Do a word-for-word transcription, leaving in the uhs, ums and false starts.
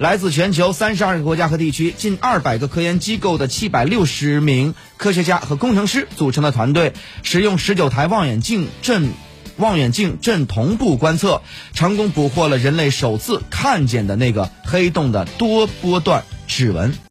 来自全球三十二个国家和地区，近二百个科研机构的七百六十名科学家和工程师组成的团队，使用十九台望远镜阵望远镜阵同步观测，成功捕获了人类首次看见的那个黑洞的多波段指纹。